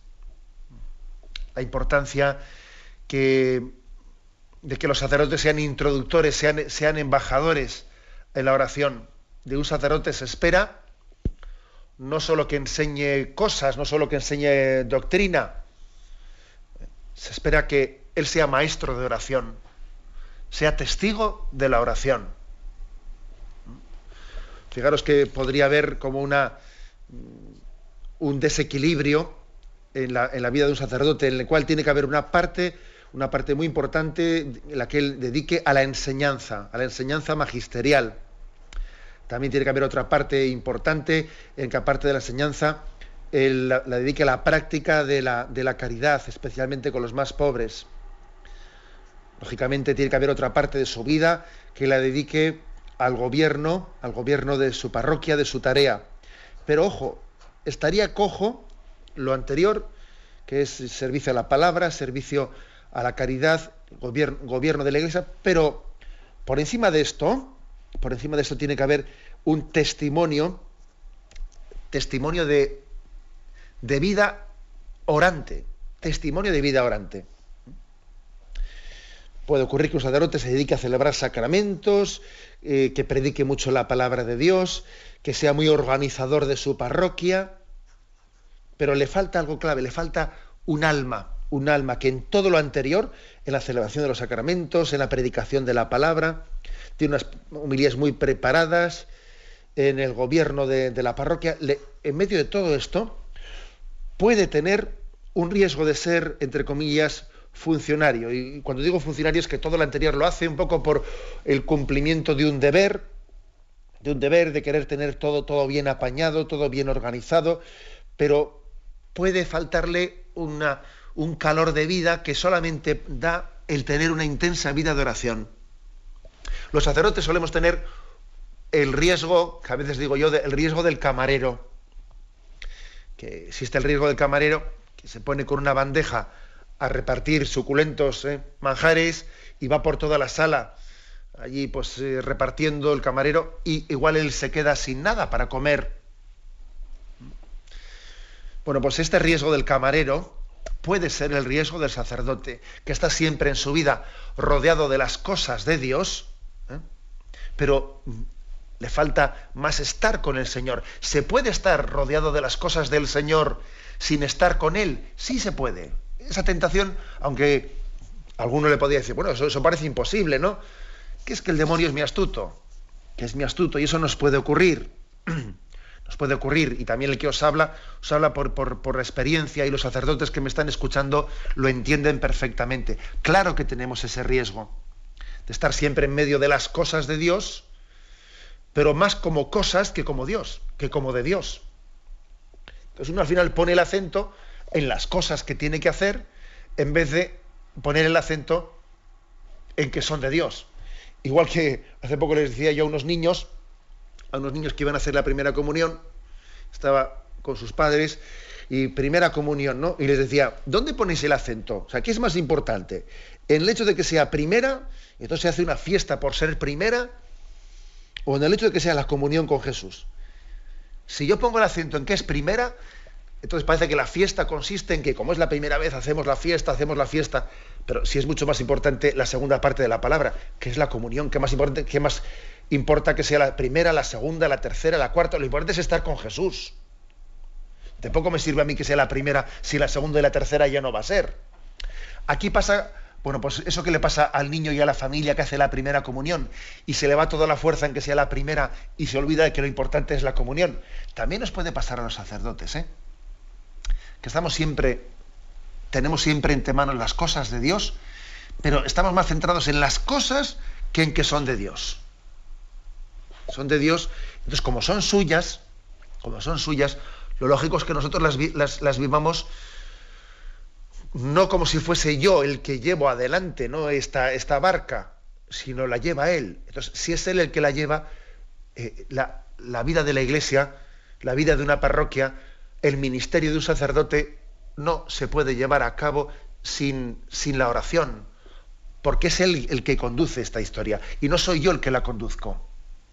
La importancia de que los sacerdotes sean introductores, sean embajadores en la oración. de un sacerdote se espera no solo que enseñe cosas, no solo que enseñe doctrina, se espera que él sea maestro de oración, sea testigo de la oración. Fijaros que podría haber como un desequilibrio en la vida de un sacerdote, en el cual tiene que haber una parte muy importante en la que él dedique a la enseñanza magisterial. También tiene que haber otra parte importante en que, aparte de la enseñanza, él la dedique a la práctica de la caridad, especialmente con los más pobres. Lógicamente tiene que haber otra parte de su vida que la dedique al gobierno de su parroquia, de su tarea. Pero ojo, estaría cojo lo anterior, que es servicio a la palabra, servicio a la caridad, gobierno de la Iglesia, pero por encima de esto tiene que haber un testimonio de vida orante, testimonio de vida orante. Puede ocurrir que un sacerdote se dedique a celebrar sacramentos, que predique mucho la palabra de Dios, que sea muy organizador de su parroquia, pero le falta algo clave, le falta un alma que en todo lo anterior, en la celebración de los sacramentos, en la predicación de la palabra, tiene unas homilías muy preparadas, en el gobierno de la parroquia, en medio de todo esto, puede tener un riesgo de ser, entre comillas, funcionario. Y cuando digo funcionario es que todo lo anterior lo hace un poco por el cumplimiento de un deber de querer tener todo bien apañado, todo bien organizado, pero puede faltarle un calor de vida que solamente da el tener una intensa vida de oración. Los sacerdotes solemos tener el riesgo, que a veces digo yo, el riesgo del camarero, que existe el riesgo del camarero que se pone con una bandeja a repartir suculentos manjares y va por toda la sala allí pues repartiendo el camarero, y igual él se queda sin nada para comer. Bueno, pues este riesgo del camarero puede ser el riesgo del sacerdote, que está siempre en su vida rodeado de las cosas de Dios, pero le falta más estar con el Señor. ¿Se puede estar rodeado de las cosas del Señor sin estar con Él? Sí se puede. Esa tentación, aunque alguno le podría decir, bueno, eso parece imposible, ¿no? Que es que el demonio es muy astuto, y eso nos puede ocurrir. Nos puede ocurrir, y también el que os habla por experiencia, y los sacerdotes que me están escuchando lo entienden perfectamente. Claro que tenemos ese riesgo de estar siempre en medio de las cosas de Dios, pero más como cosas que como Dios, que como de Dios. Entonces uno al final pone el acento en las cosas que tiene que hacer, en vez de poner el acento en que son de Dios. Igual que hace poco les decía yo a unos niños que iban a hacer la primera comunión, estaba con sus padres, y primera comunión, ¿no? Y les decía, ¿dónde ponéis el acento? O sea, ¿qué es más importante? ¿En el hecho de que sea primera, y entonces se hace una fiesta por ser primera, o en el hecho de que sea la comunión con Jesús? Si yo pongo el acento en que es primera, entonces parece que la fiesta consiste en que, como es la primera vez, hacemos la fiesta, pero sí es mucho más importante la segunda parte de la palabra, que es la comunión. ¿Qué más importa que sea la primera, la segunda, la tercera, la cuarta? Lo importante es estar con Jesús. De poco me sirve a mí que sea la primera si la segunda y la tercera ya no va a ser. Aquí pasa, bueno, pues eso que le pasa al niño y a la familia que hace la primera comunión, y se le va toda la fuerza en que sea la primera y se olvida de que lo importante es la comunión. También nos puede pasar a los sacerdotes, que tenemos siempre entre manos las cosas de Dios, pero estamos más centrados en las cosas que en que son de Dios. Son de Dios, entonces como son suyas, lo lógico es que nosotros las vivamos no como si fuese yo el que llevo adelante, ¿no?, esta barca, sino la lleva Él. Entonces, si es Él el que la lleva, la vida de la Iglesia, la vida de una parroquia, el ministerio de un sacerdote no se puede llevar a cabo sin la oración, porque es Él el que conduce esta historia, y no soy yo el que la conduzco.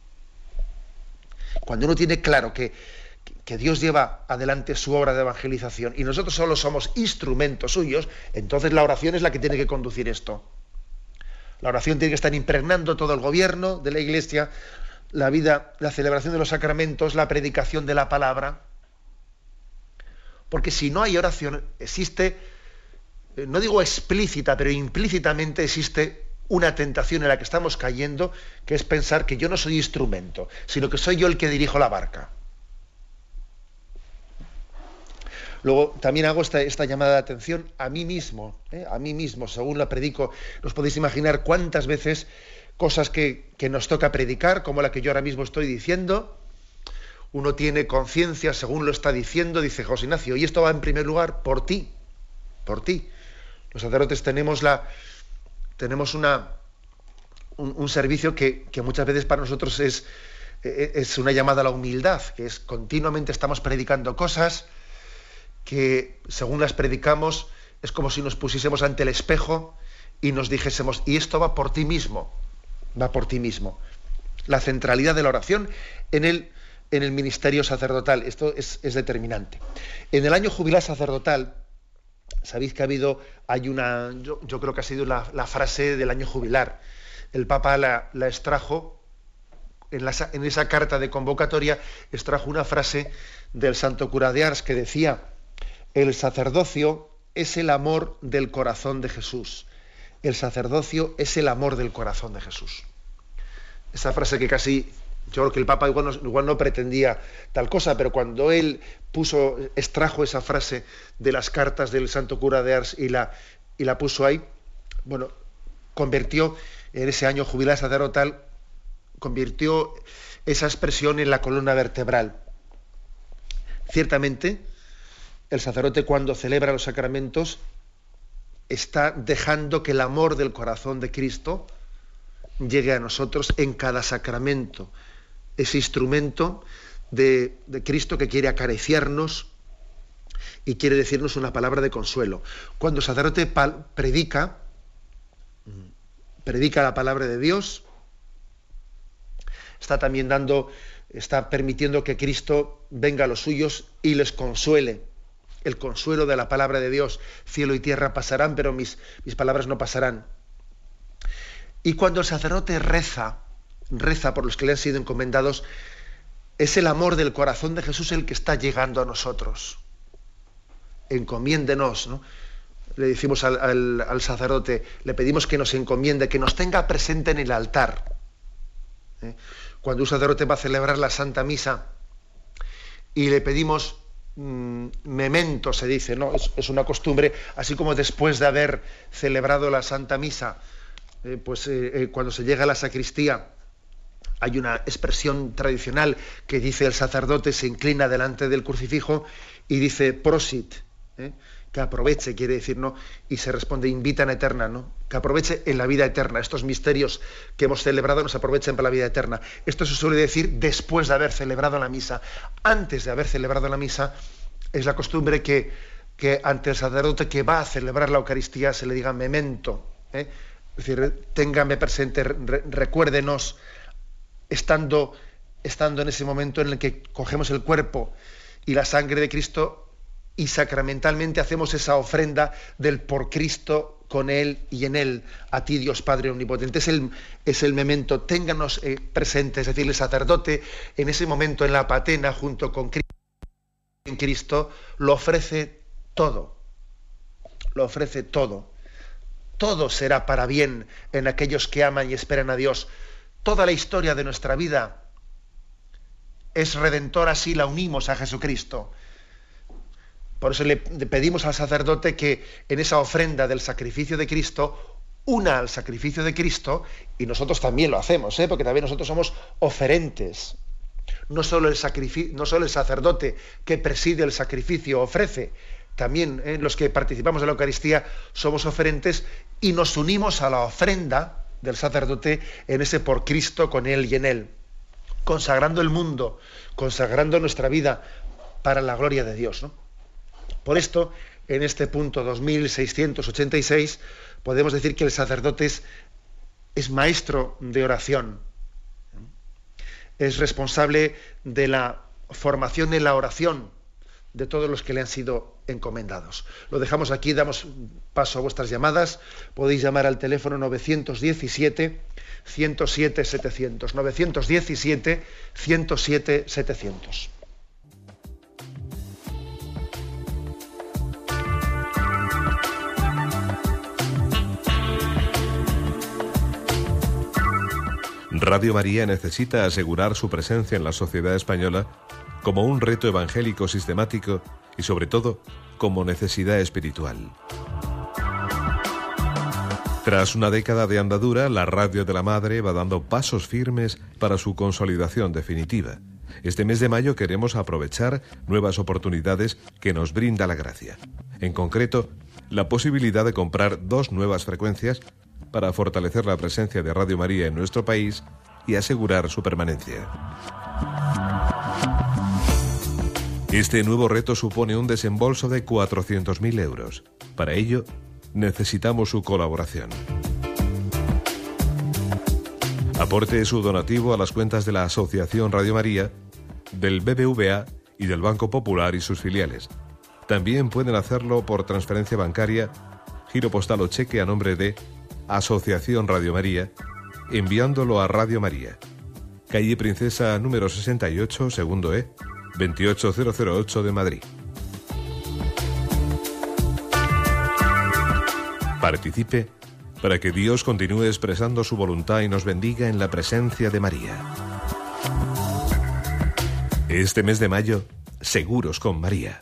Cuando uno tiene claro que Dios lleva adelante su obra de evangelización y nosotros solo somos instrumentos suyos, entonces la oración es la que tiene que conducir esto. La oración tiene que estar impregnando todo el gobierno de la Iglesia, la vida, la celebración de los sacramentos, la predicación de la palabra. Porque si no hay oración, existe, no digo explícita, pero implícitamente existe una tentación en la que estamos cayendo, que es pensar que yo no soy instrumento, sino que soy yo el que dirijo la barca. Luego también hago esta llamada de atención a mí mismo, según la predico. Os podéis imaginar cuántas veces cosas que nos toca predicar, como la que yo ahora mismo estoy diciendo, uno tiene conciencia, según lo está diciendo, dice José Ignacio, y esto va en primer lugar por ti, por ti. Los sacerdotes tenemos un servicio que muchas veces para nosotros es una llamada a la humildad, que es continuamente estamos predicando cosas que según las predicamos es como si nos pusiésemos ante el espejo y nos dijésemos, y esto va por ti mismo, va por ti mismo. La centralidad de la oración en el ministerio sacerdotal, esto es determinante. En el año jubilar sacerdotal, sabéis que yo creo que ha sido la frase del año jubilar. El Papa la extrajo, en esa carta de convocatoria, extrajo una frase del santo cura de Ars que decía: el sacerdocio es el amor del corazón de Jesús. El sacerdocio es el amor del corazón de Jesús. Esa frase que casi, yo creo que el Papa igual no pretendía tal cosa, pero cuando él extrajo esa frase de las cartas del santo cura de Ars y la puso ahí, bueno, convirtió en ese año jubilar sacerdotal, convirtió esa expresión en la columna vertebral. Ciertamente, el sacerdote cuando celebra los sacramentos está dejando que el amor del corazón de Cristo llegue a nosotros en cada sacramento. Ese instrumento de Cristo que quiere acariciarnos y quiere decirnos una palabra de consuelo. Cuando el sacerdote predica la palabra de Dios, está permitiendo que Cristo venga a los suyos y les consuele. El consuelo de la palabra de Dios. Cielo y tierra pasarán, pero mis palabras no pasarán. Y cuando el sacerdote reza por los que le han sido encomendados, es el amor del corazón de Jesús el que está llegando a nosotros. Encomiéndenos, ¿no? Le decimos al sacerdote, le pedimos que nos encomiende, que nos tenga presente en el altar. Cuando un sacerdote va a celebrar la Santa Misa y le pedimos memento, se dice, ¿no? Es una costumbre, así como después de haber celebrado la Santa Misa, cuando se llega a la sacristía, hay una expresión tradicional que dice el sacerdote, se inclina delante del crucifijo y dice prosit, que aproveche, quiere decir, ¿no? Y se responde invita en eterna, ¿no? Que aproveche en la vida eterna. Estos misterios que hemos celebrado nos aprovechen para la vida eterna. Esto se suele decir después de haber celebrado la misa. Antes de haber celebrado la misa, es la costumbre que ante el sacerdote que va a celebrar la Eucaristía se le diga memento. Es decir, téngame presente, recuérdenos, estando en ese momento en el que cogemos el cuerpo y la sangre de Cristo y sacramentalmente hacemos esa ofrenda del por Cristo, con Él y en Él, a ti Dios Padre Omnipotente. Es el memento, ténganos presentes, es decir, el sacerdote en ese momento en la patena junto con Cristo, en Cristo, lo ofrece todo, todo será para bien en aquellos que aman y esperan a Dios. Toda la historia de nuestra vida es redentora si la unimos a Jesucristo. Por eso le pedimos al sacerdote que en esa ofrenda del sacrificio de Cristo una al sacrificio de Cristo, y nosotros también lo hacemos, porque también nosotros somos oferentes. No solo el sacerdote que preside el sacrificio ofrece, también los que participamos de la Eucaristía somos oferentes y nos unimos a la ofrenda del sacerdote en ese por Cristo, con Él y en Él, consagrando el mundo, consagrando nuestra vida para la gloria de Dios, ¿no? Por esto, en este punto 2686, podemos decir que el sacerdote es maestro de oración, es responsable de la formación en la oración de todos los que le han sido encomendados. Lo dejamos aquí, damos paso a vuestras llamadas. Podéis llamar al teléfono 917 107 700, 917 107 700. Radio María necesita asegurar su presencia en la sociedad española como un reto evangélico sistemático y, sobre todo, como necesidad espiritual. Tras una década de andadura, la Radio de la Madre va dando pasos firmes para su consolidación definitiva. Este mes de mayo queremos aprovechar nuevas oportunidades que nos brinda la gracia. En concreto, la posibilidad de comprar 2 nuevas frecuencias para fortalecer la presencia de Radio María en nuestro país y asegurar su permanencia. Este nuevo reto supone un desembolso de 400.000 euros. Para ello, necesitamos su colaboración. Aporte su donativo a las cuentas de la Asociación Radio María, del BBVA y del Banco Popular y sus filiales. También pueden hacerlo por transferencia bancaria, giro postal o cheque a nombre de Asociación Radio María, enviándolo a Radio María, calle Princesa número 68, segundo E, 28008 de Madrid. Participe para que Dios continúe expresando su voluntad y nos bendiga en la presencia de María. Este mes de mayo, seguros con María.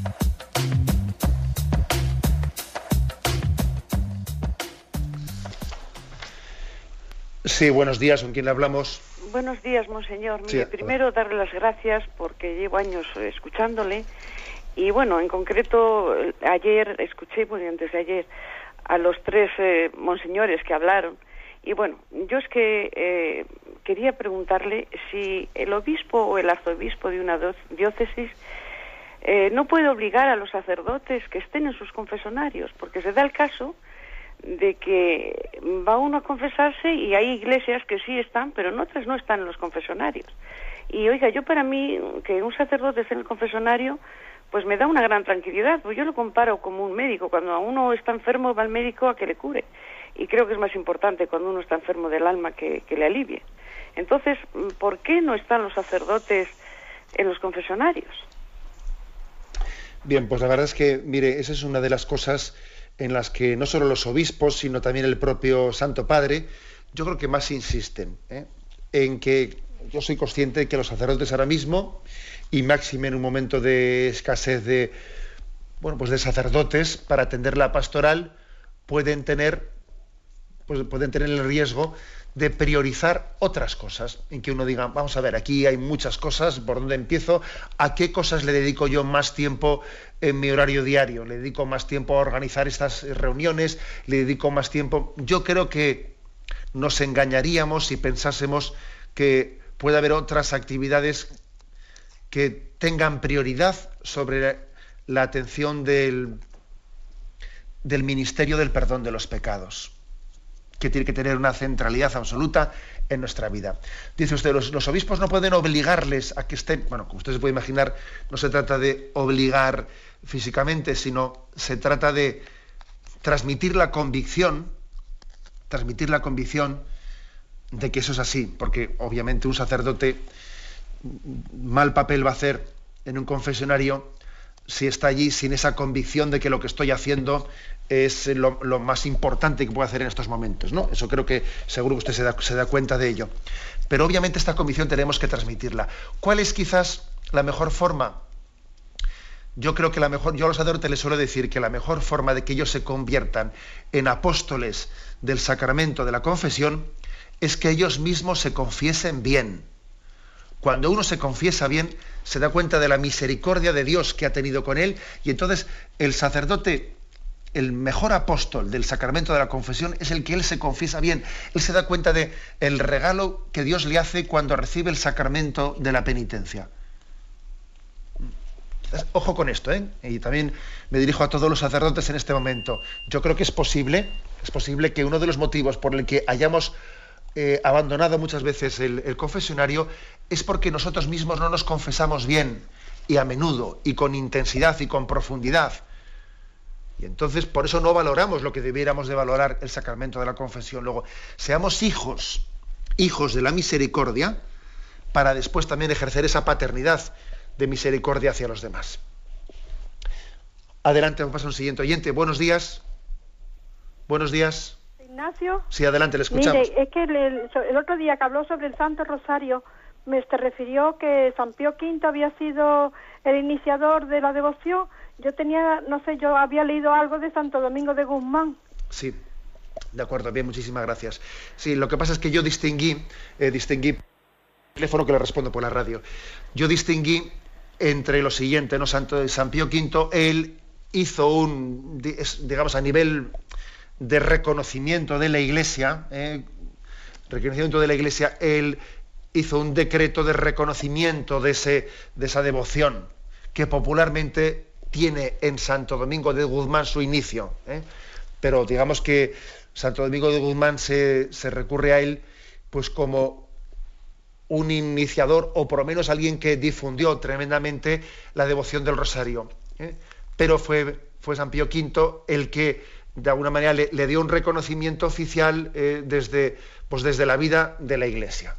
Sí, buenos días, ¿con quién le hablamos? Buenos días, monseñor. Mire, Sí, primero darle las gracias porque llevo años escuchándole y bueno, en concreto ayer escuché, bueno, antes de ayer, a los 3 monseñores que hablaron y bueno, yo es que quería preguntarle si el obispo o el arzobispo de una diócesis no puede obligar a los sacerdotes que estén en sus confesonarios, porque se da el caso de que va uno a confesarse y hay iglesias que sí están, pero en otras no están en los confesonarios. Y oiga, yo para mí, que un sacerdote esté en el confesonario, pues me da una gran tranquilidad, pues yo lo comparo como un médico. Cuando uno está enfermo va al médico a que le cure. Y creo que es más importante cuando uno está enfermo del alma que le alivie. Entonces, ¿por qué no están los sacerdotes en los confesonarios? Bien, pues la verdad es que, mire, esa es una de las cosas en las que no solo los obispos, sino también el propio Santo Padre, yo creo que más insisten, en que yo soy consciente de que los sacerdotes ahora mismo, y máxime en un momento de escasez de, bueno, pues de sacerdotes para atender la pastoral, pueden tener el riesgo de priorizar otras cosas, en que uno diga, vamos a ver, aquí hay muchas cosas, ¿por dónde empiezo? ¿A qué cosas le dedico yo más tiempo en mi horario diario? ¿Le dedico más tiempo a organizar estas reuniones? ¿Le dedico más tiempo? Yo creo que nos engañaríamos si pensásemos que puede haber otras actividades que tengan prioridad sobre la atención del ministerio del perdón de los pecados, que tiene que tener una centralidad absoluta en nuestra vida. Dice usted, los obispos no pueden obligarles a que estén, bueno, como usted se puede imaginar, no se trata de obligar físicamente, sino se trata de transmitir la convicción de que eso es así, porque obviamente un sacerdote mal papel va a hacer en un confesionario si está allí sin esa convicción de que lo que estoy haciendo es lo más importante que puede hacer en estos momentos, ¿no? Eso creo que seguro que usted se da cuenta de ello. Pero obviamente esta convicción tenemos que transmitirla. ¿Cuál es quizás la mejor forma? Yo creo que yo a los sacerdotes les suelo decir que la mejor forma de que ellos se conviertan en apóstoles del sacramento de la confesión es que ellos mismos se confiesen bien. Cuando uno se confiesa bien, se da cuenta de la misericordia de Dios que ha tenido con él, y entonces el sacerdote, el mejor apóstol del sacramento de la confesión, es el que él se confiesa bien. Él se da cuenta de el regalo que Dios le hace cuando recibe el sacramento de la penitencia. Ojo con esto, y también me dirijo a todos los sacerdotes en este momento. Yo creo que es posible que uno de los motivos por el que hayamos abandonado muchas veces el confesionario es porque nosotros mismos no nos confesamos bien. y a menudo, y con intensidad y con profundidad. Y entonces por eso no valoramos lo que debiéramos de valorar el sacramento de la confesión. Luego, seamos hijos de la misericordia, para después también ejercer esa paternidad de misericordia hacia los demás. Adelante, vamos a un siguiente oyente. Buenos días. Buenos días. Ignacio. Sí, adelante, le escuchamos. Mire, es que el otro día que habló sobre el Santo Rosario, me refirió que San Pío V había sido el iniciador de la devoción. Yo yo había leído algo de Santo Domingo de Guzmán. Sí, de acuerdo, bien, muchísimas gracias. Sí, lo que pasa es que yo distinguí teléfono que le respondo por la radio. Yo distinguí entre lo siguiente, ¿no? San Pío V, él hizo digamos, a nivel de reconocimiento de la Iglesia, él hizo un decreto de reconocimiento de esa devoción que popularmente tiene en Santo Domingo de Guzmán su inicio. Pero digamos que Santo Domingo de Guzmán se recurre a él pues como un iniciador, o por lo menos alguien que difundió tremendamente la devoción del rosario. Pero fue San Pío V el que de alguna manera le dio un reconocimiento oficial desde la vida de la Iglesia.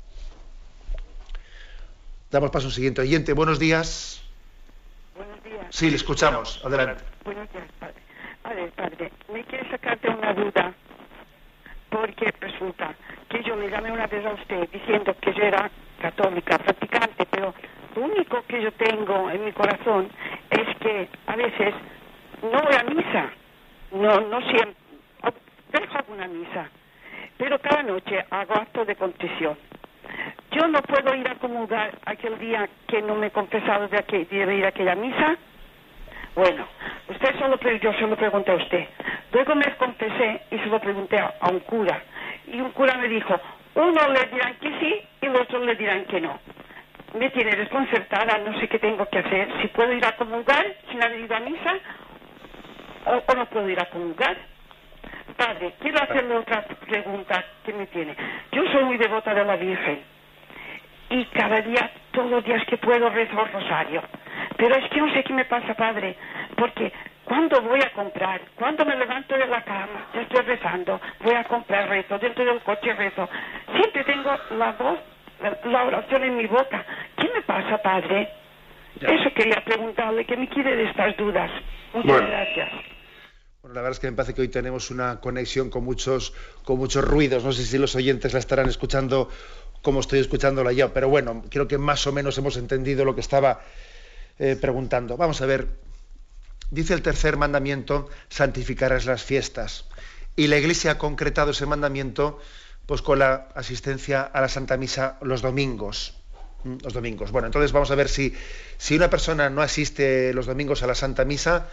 Damos paso a un siguiente oyente. Buenos días. Buenos días. Sí, le escuchamos. Adelante. Buenos días, padre. A ver, padre, me quiere sacarte una duda, porque resulta que yo le llamé una vez a usted diciendo que yo era católica, practicante, pero lo único que yo tengo en mi corazón es que a veces no voy a misa, no siempre, dejo alguna misa, pero cada noche hago acto de contrición. Yo no puedo ir a comulgar aquel día que no me he confesado de ir a aquella misa. Bueno, yo se lo pregunté a usted. Luego me confesé y se lo pregunté a un cura. Y un cura me dijo, uno le dirán que sí y los otros le dirán que no. Me tiene desconcertada, no sé qué tengo que hacer. Si puedo ir a comulgar sin haber ido a misa o no puedo ir a comulgar. Padre, quiero hacerle otra pregunta que me tiene. Yo soy muy devota de la Virgen y cada día, todos los días que puedo, rezo el rosario. Pero es que no sé qué me pasa, padre, porque cuando voy a comprar, cuando me levanto de la cama, ya estoy rezando, voy a comprar, rezo, dentro del coche rezo, siempre tengo la voz, la oración en mi boca. ¿Qué me pasa, padre? Ya. Eso quería preguntarle, que me quiere de estas dudas. Muchas gracias. Bueno, la verdad es que me parece que hoy tenemos una conexión con muchos ruidos. No sé si los oyentes la estarán escuchando como estoy escuchándola yo, pero bueno, creo que más o menos hemos entendido lo que estaba preguntando. Vamos a ver. Dice el tercer mandamiento, santificarás las fiestas. Y la Iglesia ha concretado ese mandamiento pues con la asistencia a la Santa Misa los domingos. Bueno, entonces vamos a ver si una persona no asiste los domingos a la Santa Misa,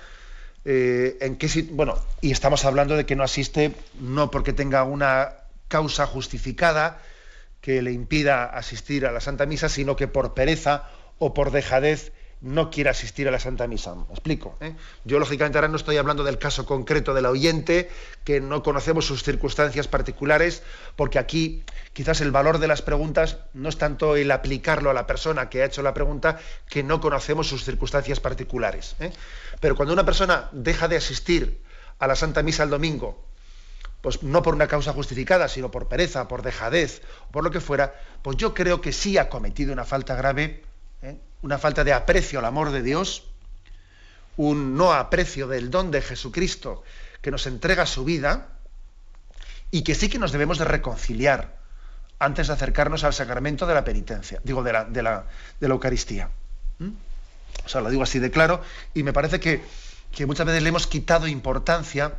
y estamos hablando de que no asiste no porque tenga una causa justificada que le impida asistir a la Santa Misa, sino que por pereza o por dejadez no quiere asistir a la Santa Misa. ¿Me explico? Yo, lógicamente, ahora no estoy hablando del caso concreto del oyente, que no conocemos sus circunstancias particulares, porque aquí quizás el valor de las preguntas no es tanto el aplicarlo a la persona que ha hecho la pregunta, que no conocemos sus circunstancias particulares. Pero cuando una persona deja de asistir a la Santa Misa el domingo, pues no por una causa justificada, sino por pereza, por dejadez, por lo que fuera, pues yo creo que sí ha cometido una falta grave, una falta de aprecio al amor de Dios, un no aprecio del don de Jesucristo que nos entrega su vida, y que sí que nos debemos de reconciliar antes de acercarnos al sacramento de la penitencia, de la Eucaristía. O sea, lo digo así de claro, y me parece que muchas veces le hemos quitado importancia,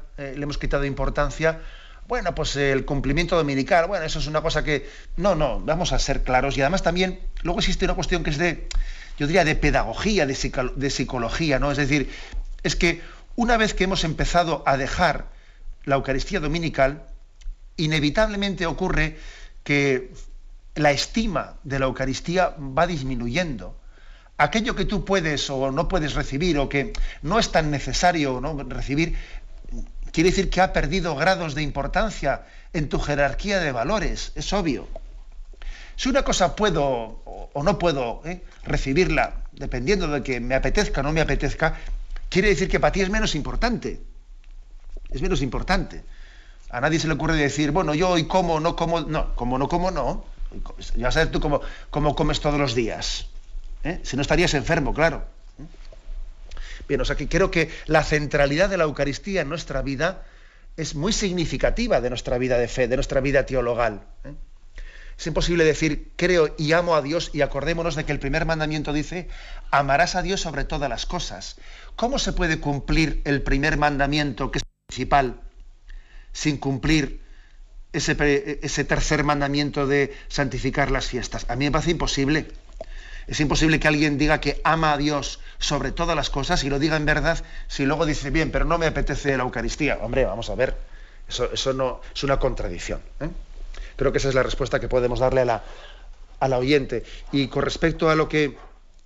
bueno, pues el cumplimiento dominical, bueno, eso es una cosa que... No, vamos a ser claros. Y además también, luego existe una cuestión que es de pedagogía, de psicología, ¿no? Es decir, es que una vez que hemos empezado a dejar la Eucaristía dominical, inevitablemente ocurre que la estima de la Eucaristía va disminuyendo. Aquello que tú puedes o no puedes recibir, o que no es tan necesario, ¿no?, recibir, quiere decir que ha perdido grados de importancia en tu jerarquía de valores, es obvio. Si una cosa puedo o no puedo recibirla, dependiendo de que me apetezca o no me apetezca, quiere decir que para ti es menos importante. Es menos importante. A nadie se le ocurre decir, bueno, yo hoy como, no como, no, como no como, no. Ya sabes tú cómo comes todos los días. Si no estarías enfermo, claro. Bien, o sea que creo que la centralidad de la Eucaristía en nuestra vida es muy significativa de nuestra vida de fe, de nuestra vida teologal. Es imposible decir, creo y amo a Dios, y acordémonos de que el primer mandamiento dice, amarás a Dios sobre todas las cosas. ¿Cómo se puede cumplir el primer mandamiento, que es principal, sin cumplir ese tercer mandamiento de santificar las fiestas? A mí me parece imposible. Es imposible que alguien diga que ama a Dios sobre todas las cosas y lo diga en verdad si luego dice, bien, pero no me apetece la Eucaristía. Hombre, vamos a ver, eso no es una contradicción. Creo que esa es la respuesta que podemos darle a la oyente. Y con respecto a lo que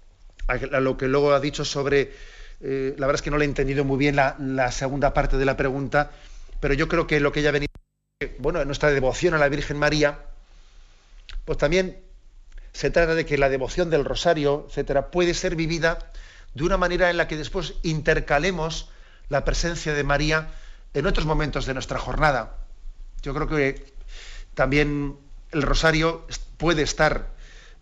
luego ha dicho sobre, la verdad es que no le he entendido muy bien la segunda parte de la pregunta, pero yo creo que lo que ella ha venido, bueno, en nuestra devoción a la Virgen María, pues también se trata de que la devoción del rosario, etcétera, puede ser vivida de una manera en la que después intercalemos la presencia de María en otros momentos de nuestra jornada. Yo creo que también el rosario puede estar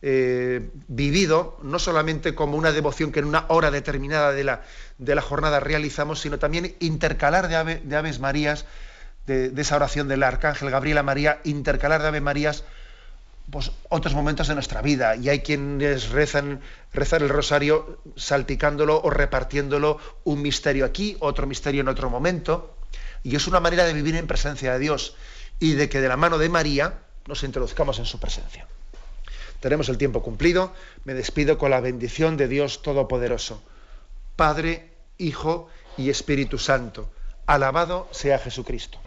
vivido no solamente como una devoción que en una hora determinada de la jornada realizamos, sino también intercalar de Aves Marías, de esa oración del Arcángel Gabriel a María, intercalar de Ave Marías pues otros momentos de nuestra vida, y hay quienes rezan el rosario salticándolo o repartiéndolo, un misterio aquí, otro misterio en otro momento, y es una manera de vivir en presencia de Dios y de que de la mano de María nos introduzcamos en su presencia. Tenemos el tiempo cumplido, me despido con la bendición de Dios Todopoderoso, Padre, Hijo y Espíritu Santo. Alabado sea Jesucristo.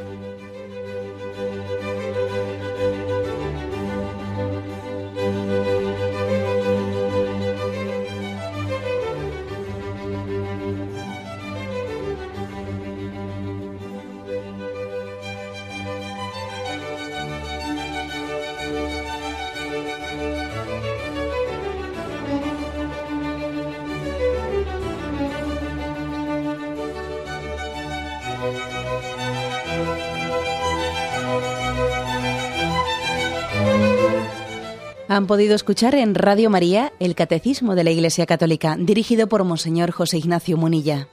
Han podido escuchar en Radio María el Catecismo de la Iglesia Católica, dirigido por Monseñor José Ignacio Munilla.